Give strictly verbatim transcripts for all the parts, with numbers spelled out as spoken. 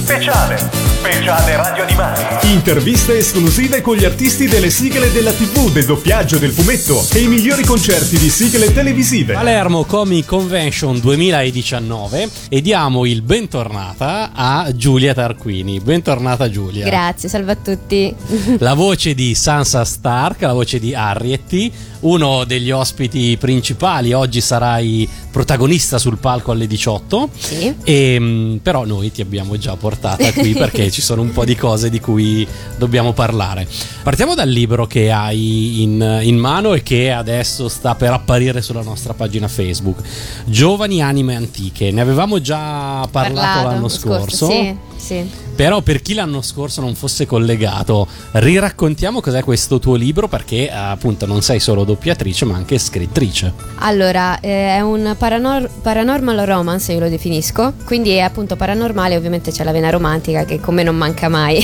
Speciale, speciale radio animati. Interviste esclusive con gli artisti delle sigle della tivù, del doppiaggio, del fumetto e i migliori concerti di sigle televisive. Palermo Comic Convention duemiladiciannove e diamo il bentornata a Giulia Tarquini. Bentornata Giulia. Grazie, salve a tutti. La voce di Sansa Stark, la voce di Arrietty, uno degli ospiti principali. Oggi sarai protagonista sul palco alle diciotto. Sì. E, però noi ti abbiamo già portata qui perché ci sono un po' di cose di cui dobbiamo parlare. Partiamo dal libro che hai in, in mano e che adesso sta per apparire sulla nostra pagina Facebook. Giovani anime antiche. Ne avevamo già parlato, Parlato l'anno scorso. scorso. Sì, sì. Però per chi l'anno scorso non fosse collegato, riraccontiamo cos'è questo tuo libro, perché appunto non sei solo doppiatrice ma anche scrittrice. Allora, eh, è un paranor- paranormal romance, io lo definisco, quindi è appunto paranormale, ovviamente c'è la vena romantica che con me non manca mai.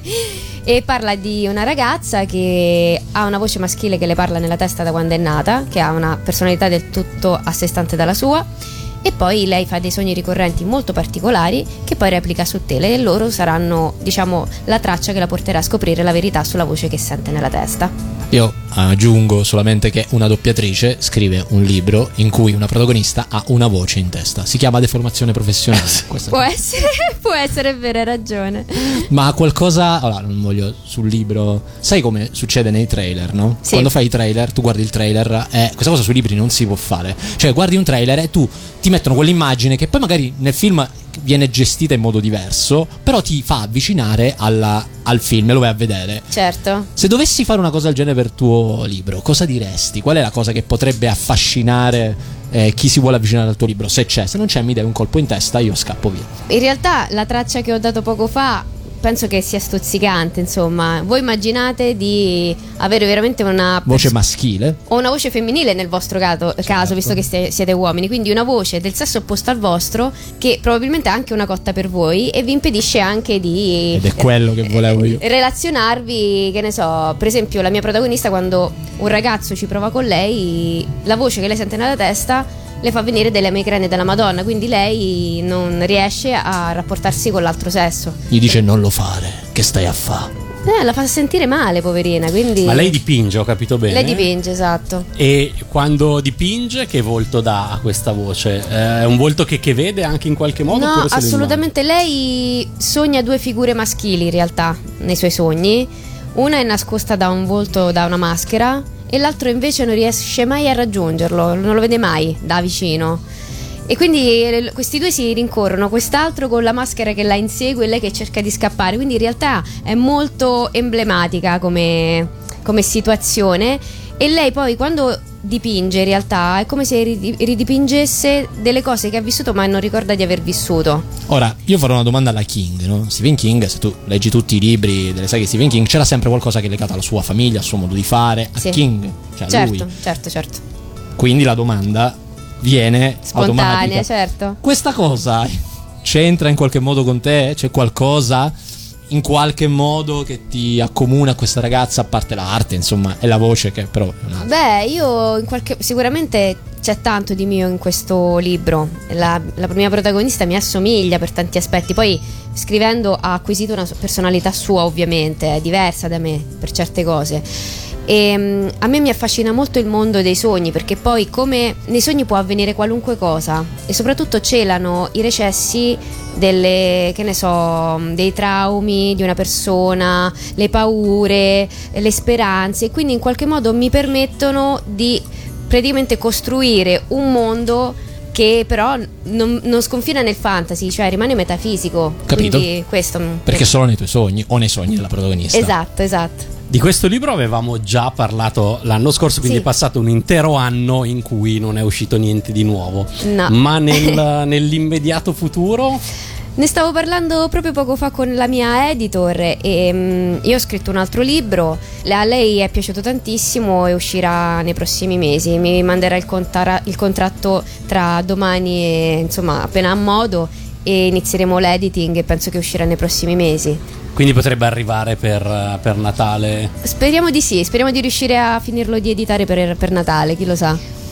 E parla di una ragazza che ha una voce maschile che le parla nella testa da quando è nata, che ha una personalità del tutto a sé stante dalla sua. E poi lei fa dei sogni ricorrenti molto particolari che poi replica su tele e loro saranno, diciamo, la traccia che la porterà a scoprire la verità sulla voce che sente nella testa. Io aggiungo solamente che una doppiatrice scrive un libro in cui una protagonista ha una voce in testa. Si chiama deformazione professionale. Può essere, può essere, è vero, hai ragione. Ma qualcosa, allora non voglio sul libro, sai come succede nei trailer, no? Sì. Quando fai i trailer, tu guardi il trailer e questa cosa sui libri non si può fare. Cioè guardi un trailer e tu ti mettono quell'immagine che poi magari nel film viene gestita in modo diverso, però ti fa avvicinare alla, al film e lo vai a vedere. Certo. Se dovessi fare una cosa del genere per il tuo libro, cosa diresti? Qual è la cosa che potrebbe affascinare eh, chi si vuole avvicinare al tuo libro? Se c'è, se non c'è mi dai un colpo in testa, io scappo via. In realtà la traccia che ho dato poco fa penso che sia stuzzicante, insomma. Voi immaginate di avere veramente una voce pers- maschile o una voce femminile nel vostro caso, certo. caso visto che siete, siete uomini, quindi una voce del sesso opposto al vostro che probabilmente ha anche una cotta per voi e vi impedisce anche di ed è quello che volevo io relazionarvi, che ne so, per esempio la mia protagonista, quando un ragazzo ci prova con lei, la voce che lei sente nella testa le fa venire delle migrane della Madonna, quindi lei non riesce a rapportarsi con l'altro sesso. Gli dice non lo fare, che stai a fa? Eh, la fa sentire male, poverina, quindi... Ma lei dipinge, ho capito bene? Lei dipinge, esatto. E quando dipinge che volto dà a questa voce? È un volto che, che vede anche in qualche modo? No, oppure se lo assolutamente. Lei sogna due figure maschili in realtà nei suoi sogni. Una è nascosta da un volto, da una maschera, e l'altro invece non riesce mai a raggiungerlo, non lo vede mai da vicino. E quindi questi due si rincorrono, quest'altro con la maschera che la insegue e lei che cerca di scappare, quindi in realtà è molto emblematica come, come situazione. E lei poi quando dipinge in realtà è come se ridipingesse delle cose che ha vissuto ma non ricorda di aver vissuto. Ora io farò una domanda alla King, no? Stephen King, se tu leggi tutti i libri delle saghe di Stephen King, c'era sempre qualcosa che è legato alla sua famiglia, al suo modo di fare, a sì. King, cioè a certo, lui. certo, certo. Quindi la domanda viene spontanea, automatica. certo. Questa cosa c'entra in qualche modo con te? C'è qualcosa in qualche modo che ti accomuna a questa ragazza, a parte l'arte, insomma, e la voce che però è un'altra? Beh, io in qualche sicuramente c'è tanto di mio in questo libro. La, la mia protagonista mi assomiglia per tanti aspetti. Poi scrivendo ha acquisito una personalità sua, ovviamente, è diversa da me per certe cose. E um, a me mi affascina molto il mondo dei sogni, perché poi come nei sogni può avvenire qualunque cosa e soprattutto celano i recessi delle, che ne so, dei traumi di una persona, le paure, le speranze, e quindi in qualche modo mi permettono di praticamente costruire un mondo che però non, non sconfina nel fantasy, cioè rimane metafisico. Capito? Quindi questo perché solo nei tuoi sogni o nei sogni della protagonista. Esatto, esatto. Di questo libro avevamo già parlato l'anno scorso, quindi sì. È passato un intero anno in cui non è uscito niente di nuovo. No. Ma nel, nell'immediato futuro? Ne stavo parlando proprio poco fa con la mia editor e um, io ho scritto un altro libro, a lei è piaciuto tantissimo e uscirà nei prossimi mesi, mi manderà il, contra- il contratto tra domani e insomma appena a modo, e inizieremo l'editing e penso che uscirà nei prossimi mesi. Quindi potrebbe arrivare per, per Natale? Speriamo di sì, speriamo di riuscire a finirlo di editare per, per Natale, chi lo sa.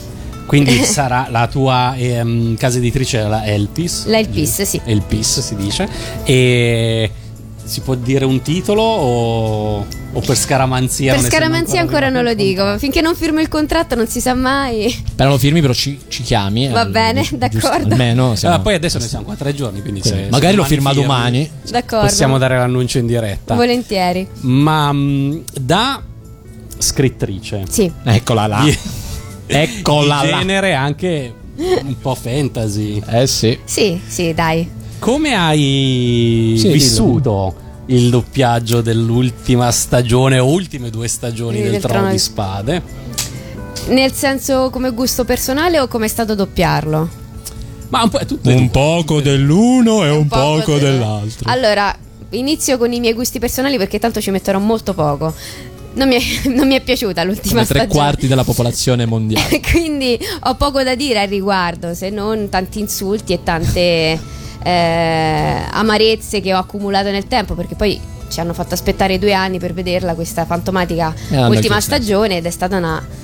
Quindi sarà la tua ehm, casa editrice, la Elpis. La Elpis, sì. Elpis si dice. E si può dire un titolo o, o per scaramanzia? Per non scaramanzia ancora non lo dico. contratto? Finché non firmo il contratto non si sa mai. Però lo firmi, però ci, ci chiami. Va eh, bene, giusto, d'accordo. Almeno siamo- Ah, poi adesso ne siamo qua tre giorni, quindi quindi se, magari se lo firma firmi, domani. D'accordo. possiamo dare l'annuncio in diretta. Volentieri. Ma mh, da scrittrice Sì. Eccola là. di, Eccola di là. genere anche un po' fantasy, Eh sì. Sì, sì, dai. come hai Sì, vissuto il doppiaggio dell'ultima stagione o ultime due stagioni Sì, del, del Trono Trono di di- Spade? Nel senso come gusto personale o come è stato doppiarlo? Ma un po' è tutto e Un due. poco dell'uno e un poco del- dell'altro. Allora, inizio con i miei gusti personali perché tanto ci metterò molto poco. Non mi è, non mi è piaciuta l'ultima Come tre stagione. quarti della popolazione mondiale. Quindi ho poco da dire al riguardo, se non tanti insulti e tante eh, amarezze che ho accumulato nel tempo, perché poi ci hanno fatto aspettare due anni per vederla questa fantomatica E hanno ultima chiuso. stagione ed è stata una...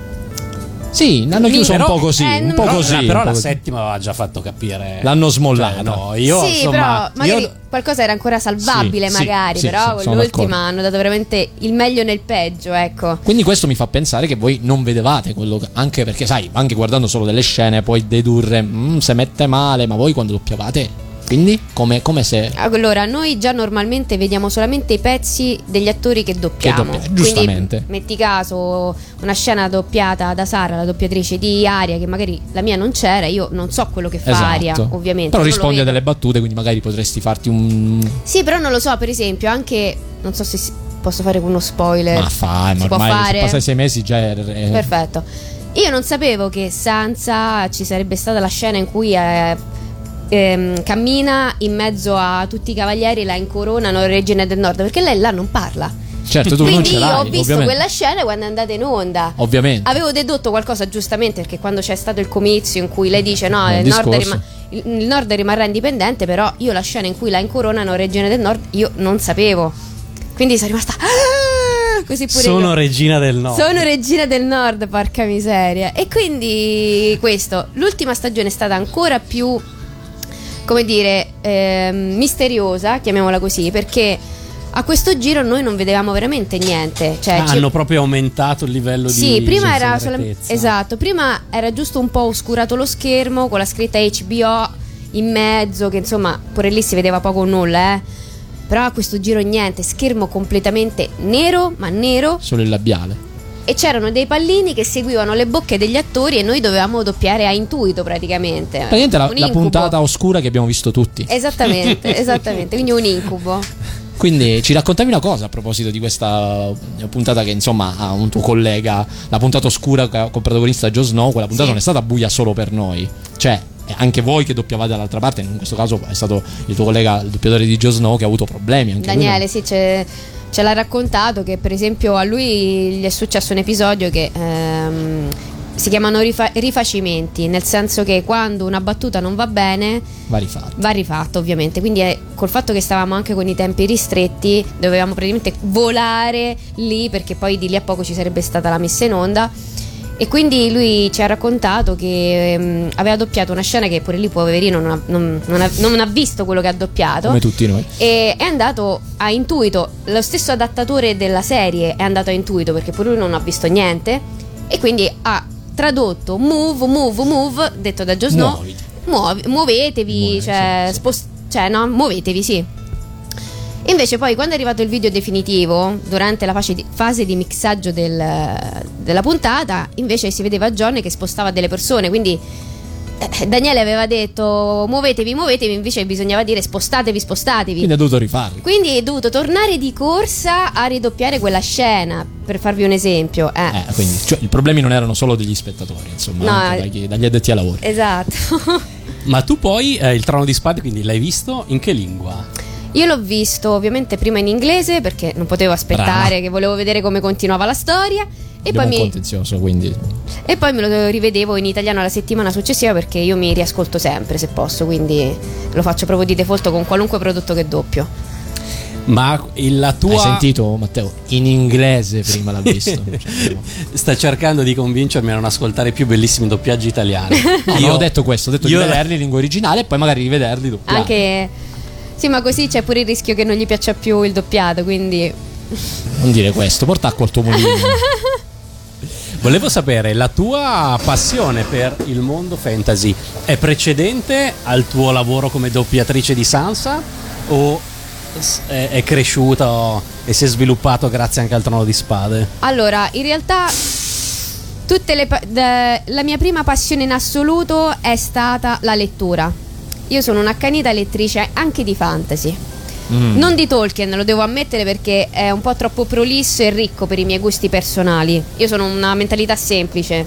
Sì, l'hanno chiuso Però- un po' così, eh, un non- po' Però, così. la, un però po' la così. settima aveva già fatto capire. L'hanno smollata. Cioè, no, io sì, insomma, però magari io- qualcosa era ancora salvabile, Sì, sì, magari, sì, però sì, sono l'ultima d'accordo. hanno dato veramente il meglio nel peggio, ecco. Quindi questo mi fa pensare che voi non vedevate quello che- anche perché sai, anche guardando solo delle scene puoi dedurre "Mm, se mette male", ma voi quando doppiavate quindi come, come se Allora, noi già normalmente vediamo solamente i pezzi degli attori che doppiamo. Che doppia- giustamente. Quindi, metti caso una scena doppiata da Sara, la doppiatrice di Aria, che magari la mia non c'era, io non so quello che fa esatto. Aria, ovviamente. Però non lo rispondi a vedo. delle battute, quindi magari potresti farti un Sì, però non lo so, per esempio, anche non so se si- posso fare uno spoiler. ma fai, ma Si può ormai fare? sono passati sei mesi già è- è- Perfetto. Io non sapevo che Sansa ci sarebbe stata la scena in cui eh, ehm, cammina in mezzo a tutti i cavalieri, la incoronano Regine del Nord, perché lei là non parla. Certo, tu non Quindi ce io l'hai, ho visto ovviamente. quella scena quando è andata in onda. Ovviamente. Avevo dedotto qualcosa giustamente perché quando c'è stato il comizio in cui lei dice no, Nel il nord, discorso. rima- il, il nord rimarrà indipendente, però io la scena in cui la incoronano Regine del Nord io non sapevo. Quindi sono rimasta "Ah!" così pure sono io. regina del nord. Sono regina del nord, porca miseria. E quindi questo, l'ultima stagione è stata ancora più, come dire, ehm, misteriosa, chiamiamola così, perché a questo giro noi non vedevamo veramente niente. Cioè, Ah, ci- hanno proprio aumentato il livello sì, di prima era solam- segretezza. esatto, prima era giusto un po' oscurato lo schermo con la scritta H B O in mezzo, che insomma pure lì si vedeva poco o nulla, eh. Però a questo giro niente, schermo completamente nero, ma nero, Solo il labiale. e c'erano dei pallini che seguivano le bocche degli attori e noi dovevamo doppiare a intuito praticamente. Praticamente la, Un la incubo. puntata oscura che abbiamo visto tutti. Esattamente, esattamente, quindi un incubo. Quindi ci raccontavi una cosa a proposito di questa puntata che insomma ha un tuo collega, la puntata oscura con il protagonista Jon Snow, quella puntata Sì. non è stata buia solo per noi, cioè anche voi che doppiavate dall'altra parte, in questo caso è stato il tuo collega, il doppiatore di Jon Snow, che ha avuto problemi anche lui, Daniele, sì, c'è- ce l'ha raccontato che per esempio a lui gli è successo un episodio che ehm, si chiamano rifa- rifacimenti, nel senso che quando una battuta non va bene va rifatto. va rifatto ovviamente, quindi è- col fatto che stavamo anche con i tempi ristretti dovevamo praticamente volare lì perché poi di lì a poco ci sarebbe stata la messa in onda. E quindi lui ci ha raccontato che ehm, aveva doppiato una scena che pure lì poverino non ha, non- non ha- non ha visto quello che ha doppiato, Come tutti noi. e è andato a intuito. Lo stesso adattatore della serie è andato a intuito perché pure lui non ha visto niente, e quindi ha tradotto move, move, move, detto da Jon Snow, Muoviti. muovi- muovetevi, Muovi, cioè, sì, sì. spost- cioè no, muovetevi, sì. Invece poi quando è arrivato il video definitivo, durante la fase di, fase di mixaggio del- della puntata, invece si vedeva John che spostava delle persone, quindi eh, Daniele aveva detto muovetevi, muovetevi, invece bisognava dire spostatevi, spostatevi. Quindi ha dovuto rifarli. Quindi è dovuto tornare di corsa a ridoppiare quella scena, per farvi un esempio. Eh. Eh, quindi cioè, i problemi non erano solo degli spettatori, insomma, No, anche eh. da chi- dagli addetti ai lavori. Esatto. Ma tu poi eh, il Trono di Spade, quindi l'hai visto in che lingua? Io l'ho visto ovviamente prima in inglese perché non potevo aspettare, Brava. che volevo vedere come continuava la storia, e Abbiamo poi, un mi, contenzioso, quindi e poi me lo rivedevo in italiano la settimana successiva perché io mi riascolto sempre se posso, quindi lo faccio proprio di default con qualunque prodotto che doppio. Ma la tua... Hai sentito, Matteo? In inglese prima l'ha visto. Sta cercando di convincermi a non ascoltare più bellissimi doppiaggi italiani. No, io ho detto questo, ho detto io... di vederli in lingua originale e poi magari rivederli doppiati. Anche... Sì, ma così c'è pure il rischio che non gli piaccia più il doppiato, quindi... Non dire questo, porta acqua al tuo mulino. Volevo sapere, la tua passione per il mondo fantasy è precedente al tuo lavoro come doppiatrice di Sansa o è, è cresciuta e si è sviluppato grazie anche al Trono di Spade? Allora, in realtà tutte le pa- de- la mia prima passione in assoluto è stata la lettura. Io sono un'accanita lettrice anche di fantasy. Mm. Non di Tolkien, lo devo ammettere, perché è un po' troppo prolisso e ricco per i miei gusti personali. Io sono una mentalità semplice.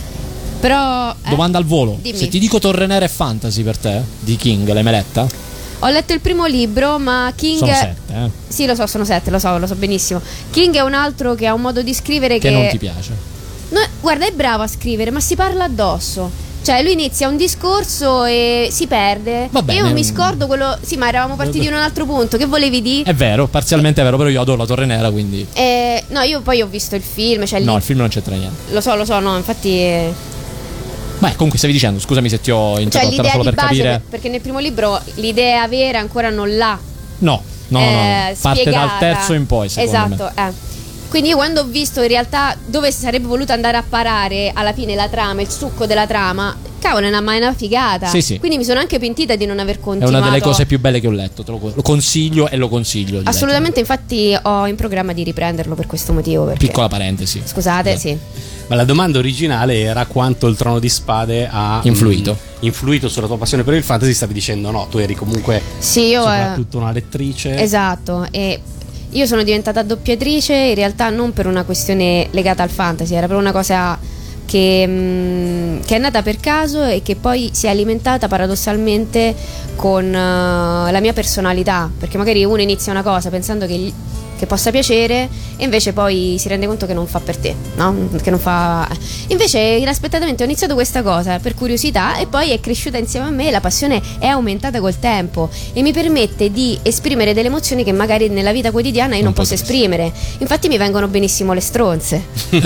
Però eh, domanda al volo. dimmi. Se ti dico Torre Nera e Fantasy per te, di King, l'hai mai letta? Ho letto il primo libro, ma King... Sono sette, eh? Sì, lo so, sono sette, lo so, lo so benissimo. King è un altro che ha un modo di scrivere che... Che non ti piace. No, guarda, è bravo a scrivere, ma si parla addosso. Cioè, lui inizia un discorso e si perde. Va bene. Io mi scordo quello... Sì, ma eravamo partiti in un altro punto. Che volevi dire? È vero, parzialmente è vero, però io adoro la Torre Nera, quindi... Eh, no, io poi ho visto il film, cioè No, lì... il film non c'entra niente. Lo so, lo so, no, infatti... eh, Beh, comunque stavi dicendo, scusami se ti ho Cioè, interrotto, era l'idea solo di per base, capire... per- perché nel primo libro l'idea vera ancora non l'ha No, no, no, eh, no. Parte spiegata. dal terzo in poi, secondo esatto, me. eh. Quindi io quando ho visto in realtà dove si sarebbe voluto andare a parare alla fine la trama, il succo della trama, cavolo, è una, ma è una figata. Sì, sì. Quindi mi sono anche pentita di non aver È continuato. una delle cose più belle che ho letto, te lo, lo consiglio e lo consiglio. di Assolutamente, infatti ho in programma di riprenderlo per questo motivo. Perché... Piccola parentesi. Scusate, Sì. sì. Ma la domanda originale era quanto il Trono di Spade ha Influito. mh, influito sulla tua passione per il fantasy. Stavi dicendo no, tu eri comunque Sì, io... eh, soprattutto una lettrice. Esatto, e io sono diventata doppiatrice in realtà non per una questione legata al fantasy, era per una cosa che, mh, che è nata per caso e che poi si è alimentata paradossalmente con uh, la mia personalità, perché magari uno inizia una cosa pensando che, gli, che possa piacere e invece poi si rende conto che non fa per te, no? Che non fa... Invece inaspettatamente ho iniziato questa cosa per curiosità e poi è cresciuta insieme a me, la passione è aumentata col tempo e mi permette di esprimere delle emozioni che magari nella vita quotidiana io non, non posso potresti. esprimere. Infatti mi vengono benissimo le stronze.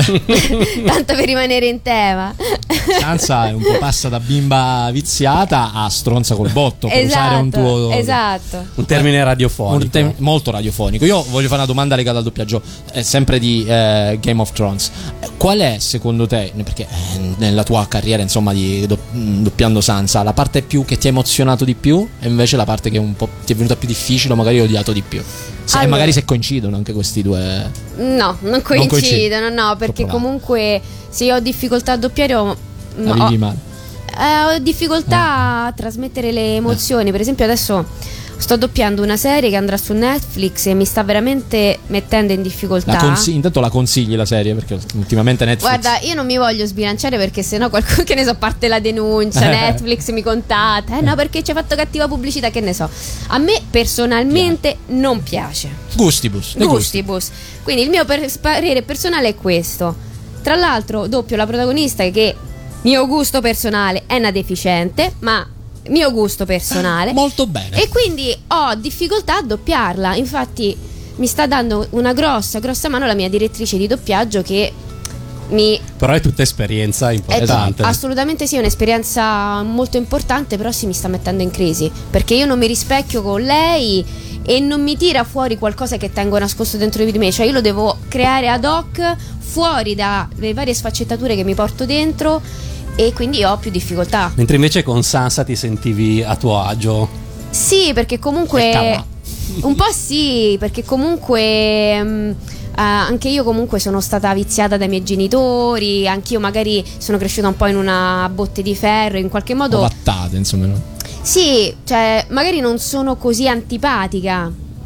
Tanto per rimanere in tema. Sansa è un po' passa da bimba viziata a stronza col botto, per esatto, usare un tuo esatto. Un termine radiofonico. Un te- molto radiofonico. Io voglio fare una domanda legata al doppiaggio, eh, sempre di eh, Game of Thrones. Qual è secondo te, perché eh, nella tua carriera insomma di do- doppiando Sansa, la parte più che ti ha emozionato di più e invece la parte che un po' ti è venuta più difficile o magari hai odiato di più? Se, Allora, e magari se coincidono anche questi due. No, non coincidono, coincidono. no, perché Troppo comunque se io ho difficoltà a doppiare ho, La ho, vivi male. eh, ho difficoltà a trasmettere le emozioni. Per esempio adesso sto doppiando una serie che andrà su Netflix e mi sta veramente mettendo in difficoltà. La consigli- intanto la consigli la serie, perché ultimamente Netflix. Guarda, io non mi voglio sbilanciare perché sennò qualcuno, che ne so, parte la denuncia, Netflix mi contatta. Eh no, perché ci ha fatto cattiva pubblicità, che ne so. A me personalmente non piace. Gustibus. dei gusti. Gustibus. Quindi il mio per- parere personale è questo. Tra l'altro doppio la protagonista che, mio gusto personale, è una deficiente, ma mio gusto personale. Molto bene. E quindi ho difficoltà a doppiarla. Infatti mi sta dando una grossa, grossa mano la mia direttrice di doppiaggio, che mi... Però è tutta esperienza importante. È, assolutamente sì, è un'esperienza molto importante, però si mi sta mettendo in crisi, perché io non mi rispecchio con lei e non mi tira fuori qualcosa che tengo nascosto dentro di me. Cioè io lo devo creare ad hoc, fuori dalle varie sfaccettature che mi porto dentro, e quindi ho più difficoltà. Mentre invece con Sansa ti sentivi a tuo agio. Sì, perché comunque un po' sì, perché comunque mh, Uh, anche io comunque sono stata viziata dai miei genitori, anch'io magari sono cresciuta un po' in una botte di ferro, in qualche modo Lattate, insomma, no? Sì, cioè magari non sono così antipatica,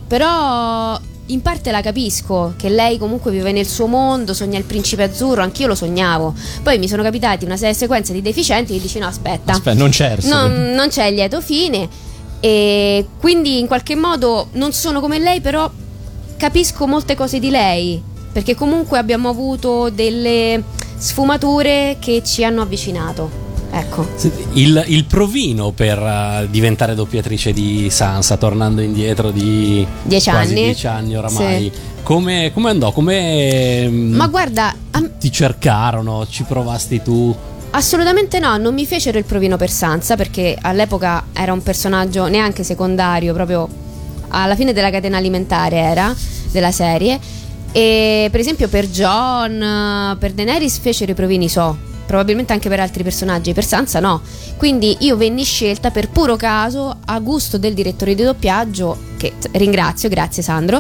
però in parte la capisco, che lei comunque vive nel suo mondo, sogna il principe azzurro, anch'io lo sognavo. Poi mi sono capitati una serie sequenza di deficienti che dici no aspetta, aspetta non c'è non, non c'è il lieto fine, e quindi in qualche modo non sono come lei, però capisco molte cose di lei, perché comunque abbiamo avuto delle sfumature che ci hanno avvicinato. Ecco. Il, il provino per uh, diventare doppiatrice di Sansa, tornando indietro di dieci quasi anni. dieci anni oramai. Sì. Come, come andò? Come Ma guarda, am- ti cercarono? Ci provasti tu? assolutamente no, non mi fecero il provino per Sansa perché all'epoca era un personaggio neanche secondario, proprio alla fine della catena alimentare era, della serie. E per esempio per Jon, per Daenerys fecero i provini, so, probabilmente anche per altri personaggi, per Sansa no. Quindi io venni scelta per puro caso, a gusto del direttore di doppiaggio, che ringrazio, grazie Sandro,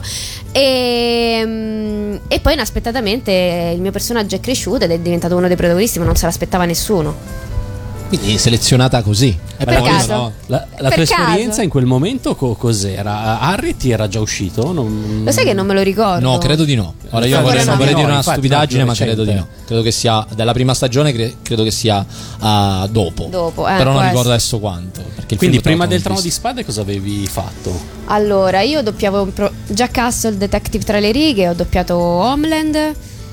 e, e poi inaspettatamente il mio personaggio è cresciuto ed è diventato uno dei protagonisti, ma non se l'aspettava nessuno. Quindi selezionata così. Per E poi caso. no. La, la Per tua caso. esperienza in quel momento co- cos'era? Harry ti era già uscito? Non... Lo sai che non me lo ricordo? No, credo di no. Ora io Infatti vorrei, no. non vorrei dire una Infatti, stupidaggine, no, ma più credo di no. recente. Credo che sia della prima stagione, cre- credo che sia uh, dopo. Dopo, eh, Però non può ricordo essere. adesso quanto. Perché il Quindi film, tra prima l'altro, del non Trono l'ho di visto. Spade cosa avevi fatto? Allora, io doppiavo un pro- Jack Castle, Detective tra le righe, ho doppiato Homeland,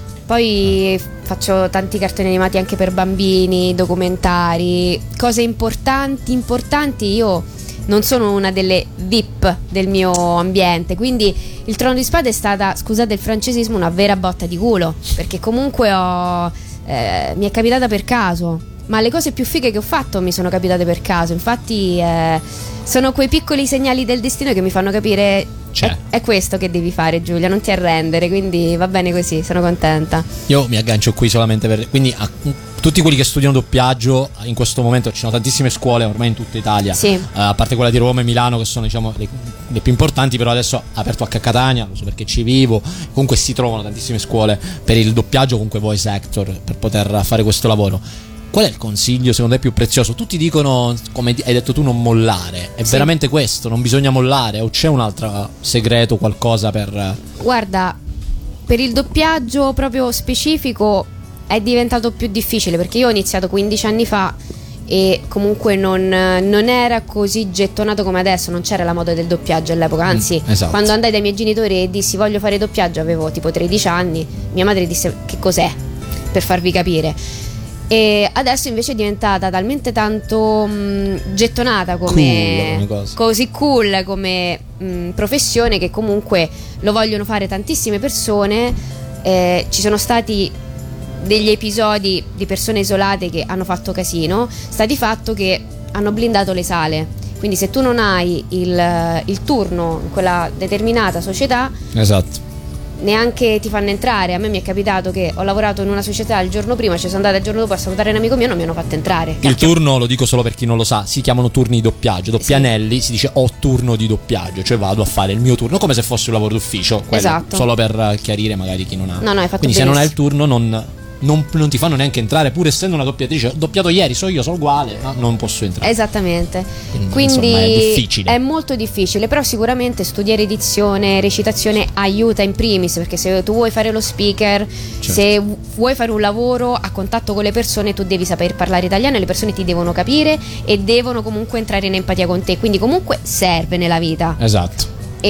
poi faccio tanti cartoni animati anche per bambini, documentari, cose importanti, importanti. Io non sono una delle V I P del mio ambiente, quindi il Trono di Spade è stata, scusate il francesismo, una vera botta di culo, perché comunque ho, eh, mi è capitata per caso, ma le cose più fighe che ho fatto mi sono capitate per caso, infatti eh, sono quei piccoli segnali del destino che mi fanno capire C'è. è, è questo che devi fare, Giulia, non ti arrendere, quindi va bene così, sono contenta. Io mi aggancio qui solamente per. Quindi a tutti quelli che studiano doppiaggio, in questo momento ci sono tantissime scuole ormai in tutta Italia, Sì. eh, a parte quella di Roma e Milano che sono diciamo le, le più importanti, però adesso ha aperto anche a Catania, lo so perché ci vivo. Comunque si trovano tantissime scuole per il doppiaggio, comunque voice actor, per poter fare questo lavoro. Qual è il consiglio secondo te più prezioso? Tutti dicono, come hai detto tu, non mollare. È Sì. veramente questo? Non bisogna mollare? O c'è un altro segreto, qualcosa per... Guarda, per il doppiaggio proprio specifico è diventato più difficile perché io ho iniziato quindici anni fa e comunque non, non era così gettonato come adesso, non c'era la moda del doppiaggio all'epoca, anzi Mm, esatto. quando andai dai miei genitori e dissi voglio fare doppiaggio avevo tipo tredici anni, mia madre disse che cos'è, per farvi capire. E adesso invece è diventata talmente tanto mh, gettonata come, Cool come cosa. così cool come mh, professione che comunque lo vogliono fare tantissime persone. Eh, ci sono stati degli episodi di persone isolate che hanno fatto casino, sta di fatto che hanno blindato le sale, quindi se tu non hai il, il turno in quella determinata società Esatto. neanche ti fanno entrare. A me mi è capitato che ho lavorato in una società il giorno prima, ci sono andata il giorno dopo a salutare un amico mio e non mi hanno fatto entrare. Il turno, lo dico solo per chi non lo sa, si chiamano turni di doppiaggio. Doppianelli si dice ho turno di doppiaggio, cioè vado a fare il mio turno come se fosse un lavoro d'ufficio. quello, Esatto. Solo per chiarire magari chi non ha. No, no, hai fatto Quindi se non hai il benissimo. turno non, non, non ti fanno neanche entrare, pur essendo una doppiatrice. Ho doppiato ieri, so io, sono uguale, ma non posso entrare. Esattamente. Quindi, Quindi insomma, è difficile. è molto difficile, però sicuramente studiare edizione, recitazione aiuta in primis, perché se tu vuoi fare lo speaker, se vu- vuoi fare un lavoro a contatto con le persone, tu devi saper parlare italiano e le persone ti devono capire e devono comunque entrare in empatia con te, quindi comunque serve nella vita. Esatto.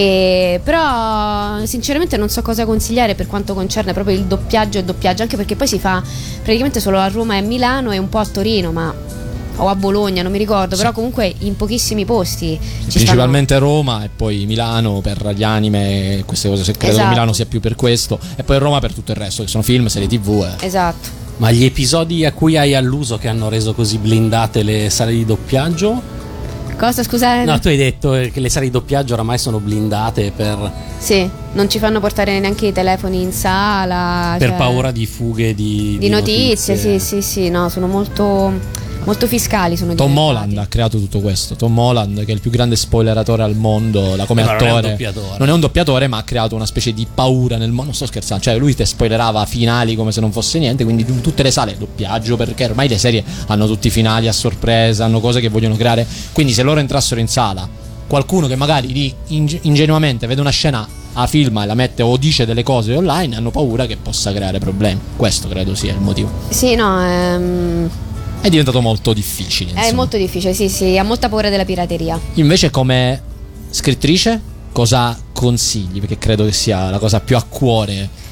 E, però sinceramente non so cosa consigliare per quanto concerne proprio il doppiaggio e doppiaggio, anche perché poi si fa praticamente solo a Roma e a Milano e un po' a Torino, ma o a Bologna, non mi ricordo, però comunque in pochissimi posti ci Principalmente Roma e poi Milano per gli anime e queste cose, se credo Esatto. che Milano sia più per questo, e poi Roma per tutto il resto, che sono film, serie tv. stanno... Eh. Esatto. Ma gli episodi a cui hai alluso che hanno reso così blindate le sale di doppiaggio? Cosa, scusate? No, tu hai detto eh, che le sale di doppiaggio oramai sono blindate per, Sì, non ci fanno portare neanche i telefoni in sala, per cioè, paura di fughe di, di notizie, sì, sì, sì, no, sono molto molto fiscali sono Tom diventati. Holland ha creato tutto questo. Tom Holland, che è il più grande spoileratore al mondo, da come Ma non è un attore. doppiatore. Non è un doppiatore, ma ha creato una specie di paura nel mondo. Non sto scherzando, cioè lui te spoilerava finali come se non fosse niente. Quindi in tutte le sale doppiaggio, perché ormai le serie hanno tutti i finali a sorpresa, hanno cose che vogliono creare. Quindi se loro entrassero in sala, qualcuno che magari lì inge- ingenuamente vede una scena a filma e la mette o dice delle cose online, hanno paura che possa creare problemi. Questo credo sia il motivo. Sì, no, ehm, È diventato molto difficile. è insomma. molto difficile, sì, sì, ha molta paura della pirateria. Invece come scrittrice cosa consigli? Perché credo che sia la cosa più a cuore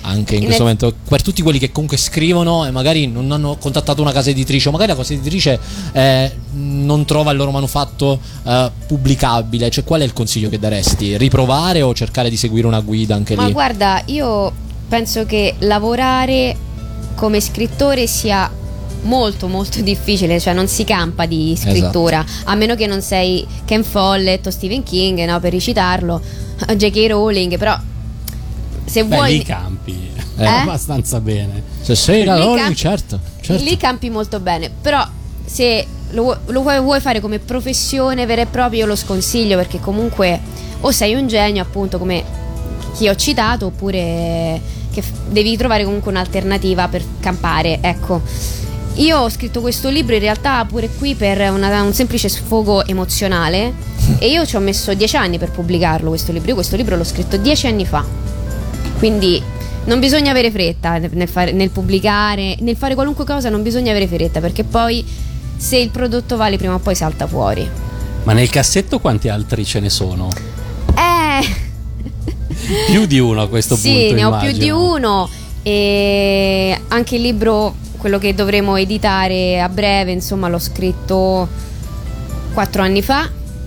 anche in In questo eff- momento, per tutti quelli che comunque scrivono e magari non hanno contattato una casa editrice, o magari la casa editrice eh, non trova il loro manufatto eh, pubblicabile, cioè qual è il consiglio che daresti? Riprovare o cercare di seguire una guida anche Ma lì? guarda, io penso che lavorare come scrittore sia molto molto difficile, cioè non si campa di scrittura, a meno che non sei Ken Follett o Stephen King, no, per ricitarlo, J K Rowling, però se Beh, vuoi lì campi Eh? abbastanza bene. Se sei la Lì Rowling, campi- certo, certo. lì campi molto bene, però se lo, vu- lo vuoi, vuoi fare come professione vera e propria, io lo sconsiglio, perché comunque o sei un genio, appunto, come chi ho citato, oppure che f- devi trovare comunque un'alternativa per campare, ecco. Io ho scritto questo libro in realtà pure qui per una- un semplice sfogo emozionale, e io ci ho messo dieci anni per pubblicarlo questo libro. Io questo libro l'ho scritto dieci anni fa, quindi non bisogna avere fretta nel, fare, nel pubblicare, nel fare qualunque cosa non bisogna avere fretta, perché poi se il prodotto vale prima o poi salta fuori. Ma nel cassetto quanti altri ce ne sono? Eh Più di uno a questo sì, punto, ne ho immagino. più di uno, e anche il libro, quello che dovremo editare a breve, insomma, l'ho scritto quattro anni fa.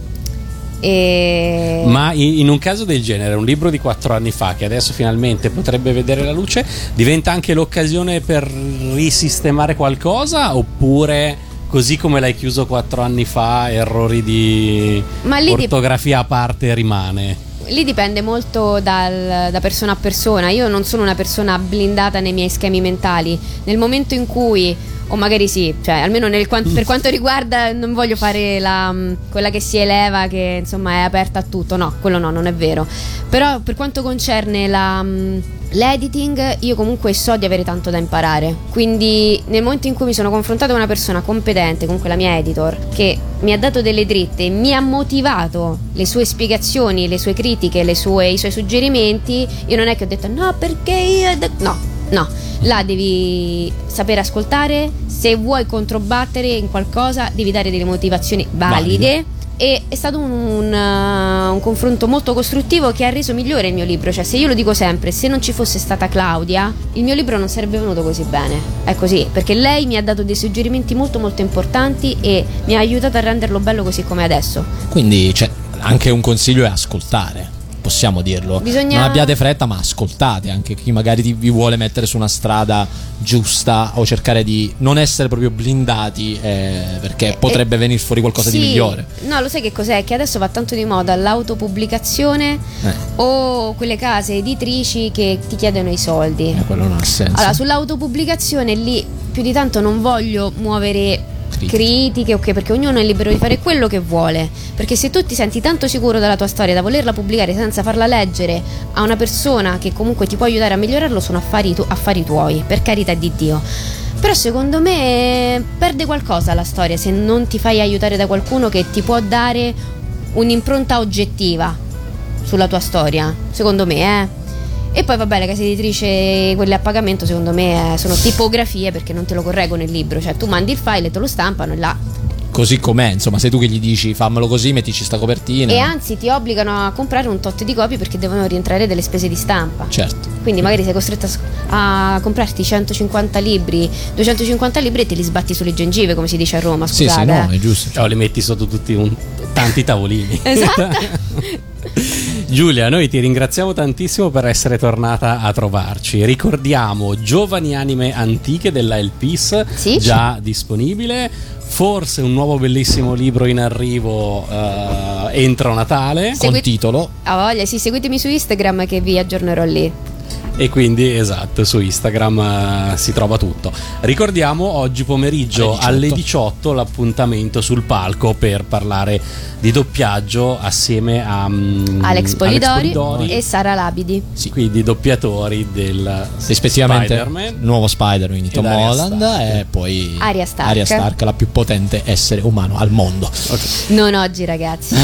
E... Ma in in un caso del genere, un libro di quattro anni fa che adesso finalmente potrebbe vedere la luce, diventa anche l'occasione per risistemare qualcosa, oppure così come l'hai chiuso quattro anni fa, errori di Ma lì dip- ortografia a parte rimane? Lì dipende molto dal- da persona a persona. Io non sono una persona blindata nei miei schemi mentali. Nel momento in cui, o magari sì, cioè almeno nel quan- per quanto riguarda, non voglio fare la, mh, quella che si eleva, che insomma è aperta a tutto. No, quello no, non è vero. Però per quanto concerne la, mh, l'editing, io comunque so di avere tanto da imparare. Quindi nel momento in cui mi sono confrontata con una persona competente, comunque la mia editor, che mi ha dato delle dritte, mi ha motivato le sue spiegazioni, le sue critiche, le sue, i suoi suggerimenti, io non è che ho detto no perché io... de-". No, no, là devi sapere ascoltare. Se vuoi controbattere in qualcosa devi dare delle motivazioni valide. Valide. E è stato un, un, uh, un confronto molto costruttivo che ha reso migliore il mio libro. Cioè, se io lo dico sempre, se non ci fosse stata Claudia, il mio libro non sarebbe venuto così bene. È così, perché lei mi ha dato dei suggerimenti molto molto importanti e mi ha aiutato a renderlo bello così come adesso. Quindi cioè, anche un consiglio è ascoltare, possiamo dirlo. Bisogna- Non abbiate fretta, ma ascoltate anche chi magari ti- vi vuole mettere su una strada giusta, o cercare di non essere proprio blindati, eh, perché Eh, potrebbe venire fuori qualcosa sì, di migliore. No, lo sai che cos'è? Che adesso va tanto di moda l'autopubblicazione Eh, o quelle case editrici che ti chiedono i soldi. eh, quello non ha senso. Allora, sull'autopubblicazione lì più di tanto non voglio muovere Critiche. critiche, ok, perché ognuno è libero di fare quello che vuole. Perché se tu ti senti tanto sicuro della tua storia da volerla pubblicare senza farla leggere a una persona che comunque ti può aiutare a migliorarlo, sono affari, tu- affari tuoi, per carità di Dio. Però secondo me perde qualcosa la storia se non ti fai aiutare da qualcuno che ti può dare un'impronta oggettiva sulla tua storia, secondo me, eh. E poi vabbè, le case editrici, quelle a pagamento, secondo me eh, sono tipografie, perché non te lo correggono il libro. Cioè tu mandi il file e te lo stampano e là. Così com'è, insomma, sei tu che gli dici fammelo così, mettici sta copertina. E anzi ti obbligano a comprare un tot di copie perché devono rientrare delle spese di stampa. Certo. Quindi magari sei costretto a, sc- a comprarti centocinquanta libri, duecentocinquanta libri, e te li sbatti sulle gengive, come si dice a Roma, Sì, scusate. sì, no, eh. è giusto. Cioè, li metti sotto tutti un, tanti tavolini. Esatto. Giulia, noi ti ringraziamo tantissimo per essere tornata a trovarci. Ricordiamo Giovani Anime Antiche della El Pis, Sì. già disponibile. Forse un nuovo bellissimo libro in arrivo eh, entro Natale. Con Segui- titolo Ha voglia, sì, seguitemi su Instagram che vi aggiornerò lì. E quindi esatto, su Instagram eh, si trova tutto. Ricordiamo oggi pomeriggio alle diciotto. alle diciotto l'appuntamento sul palco per parlare di doppiaggio assieme a mm, Alex Polidori, Polidori. e Sara Labidi. Sì, quindi doppiatori del rispettivamente Spider-Man. nuovo Spider, quindi Ed Tom Arya Holland, Stark. e poi Arya Stark. Arya Stark, la più potente essere umano al mondo. Non oggi, ragazzi.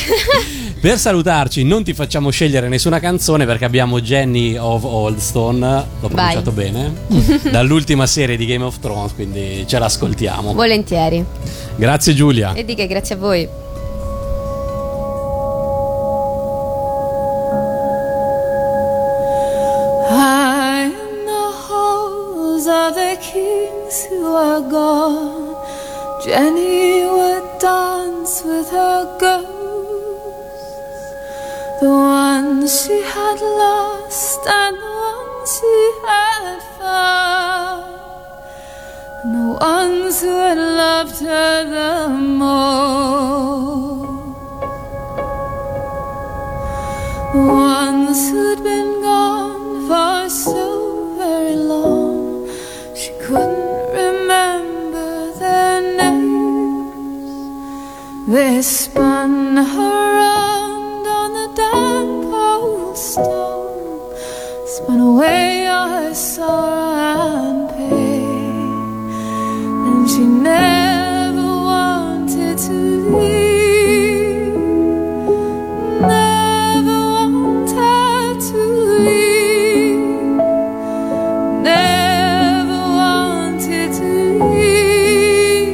Per salutarci non ti facciamo scegliere nessuna canzone perché abbiamo Jenny of Oldstone, l'ho pronunciato bene, dall'ultima serie di Game of Thrones, quindi ce l'ascoltiamo. Volentieri. Grazie Giulia. E di che, grazie a voi. I kings who are gone, Jenny would dance with her ghosts, the ones she had lost and the ones she had found, and the ones who had loved her the most, the ones who'd been gone for so very long she couldn't remember their names. They spun her round on the damp old stone, spun away all her sorrow and pain, and she never wanted to leave, never wanted to leave, never wanted to leave,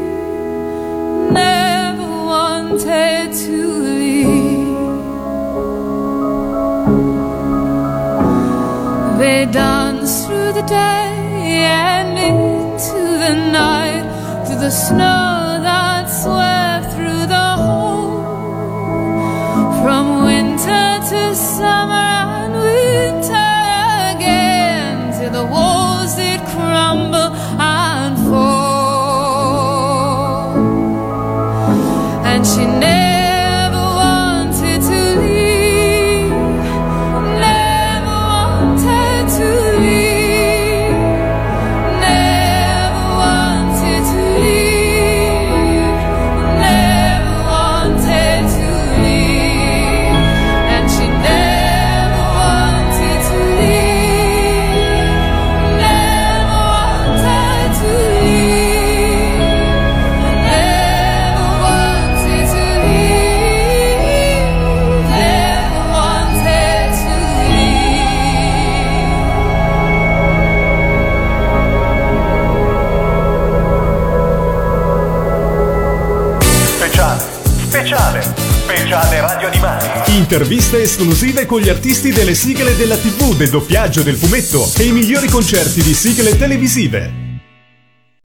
never wanted to leave. They danced through the day and into the night, through the snow that swept through the hole, from winter to summer and winter again, till the walls did crumble and fall, and she never wanted to leave, never wanted to leave, never wanted to leave, never wanted to leave, and she never wanted to leave, never wanted to leave, never wanted to leave, never wanted to leave. Speciale, speciale, speciale Radio Animati. Interviste esclusive con gli artisti delle sigle della tivù, del doppiaggio, del fumetto e i migliori concerti di sigle televisive.